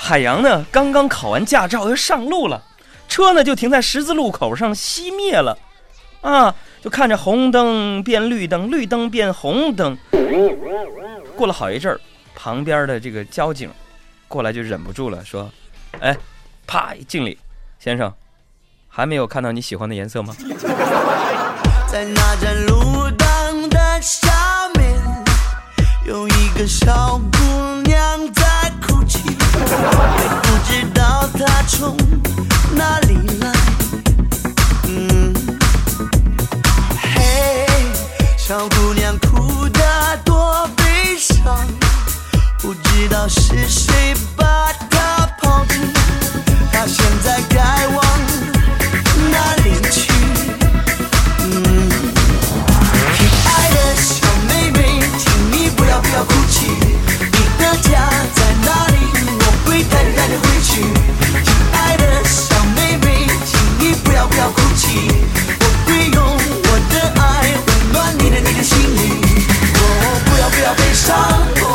海洋呢刚刚考完驾照要上路了，车呢就停在十字路口上熄灭了啊，就看着红灯变绿灯，绿灯变红灯。过了好一阵儿，旁边的这个交警过来就忍不住了，说：“哎，啪一敬礼，先生，还没有看到你喜欢的颜色吗？” 在那盏路灯的下面，有一个小姑娘在哭泣，也不知道她从哪里来。嘿，小姑娘哭得多悲伤，不知道是谁把她抛弃，她现在该往哪里去？亲爱的小妹妹，请你不要哭泣，你的家在哪里？我会带你回去。亲爱的小妹妹，请你不要哭泣，我会用我的爱温暖你的心灵。不要悲伤。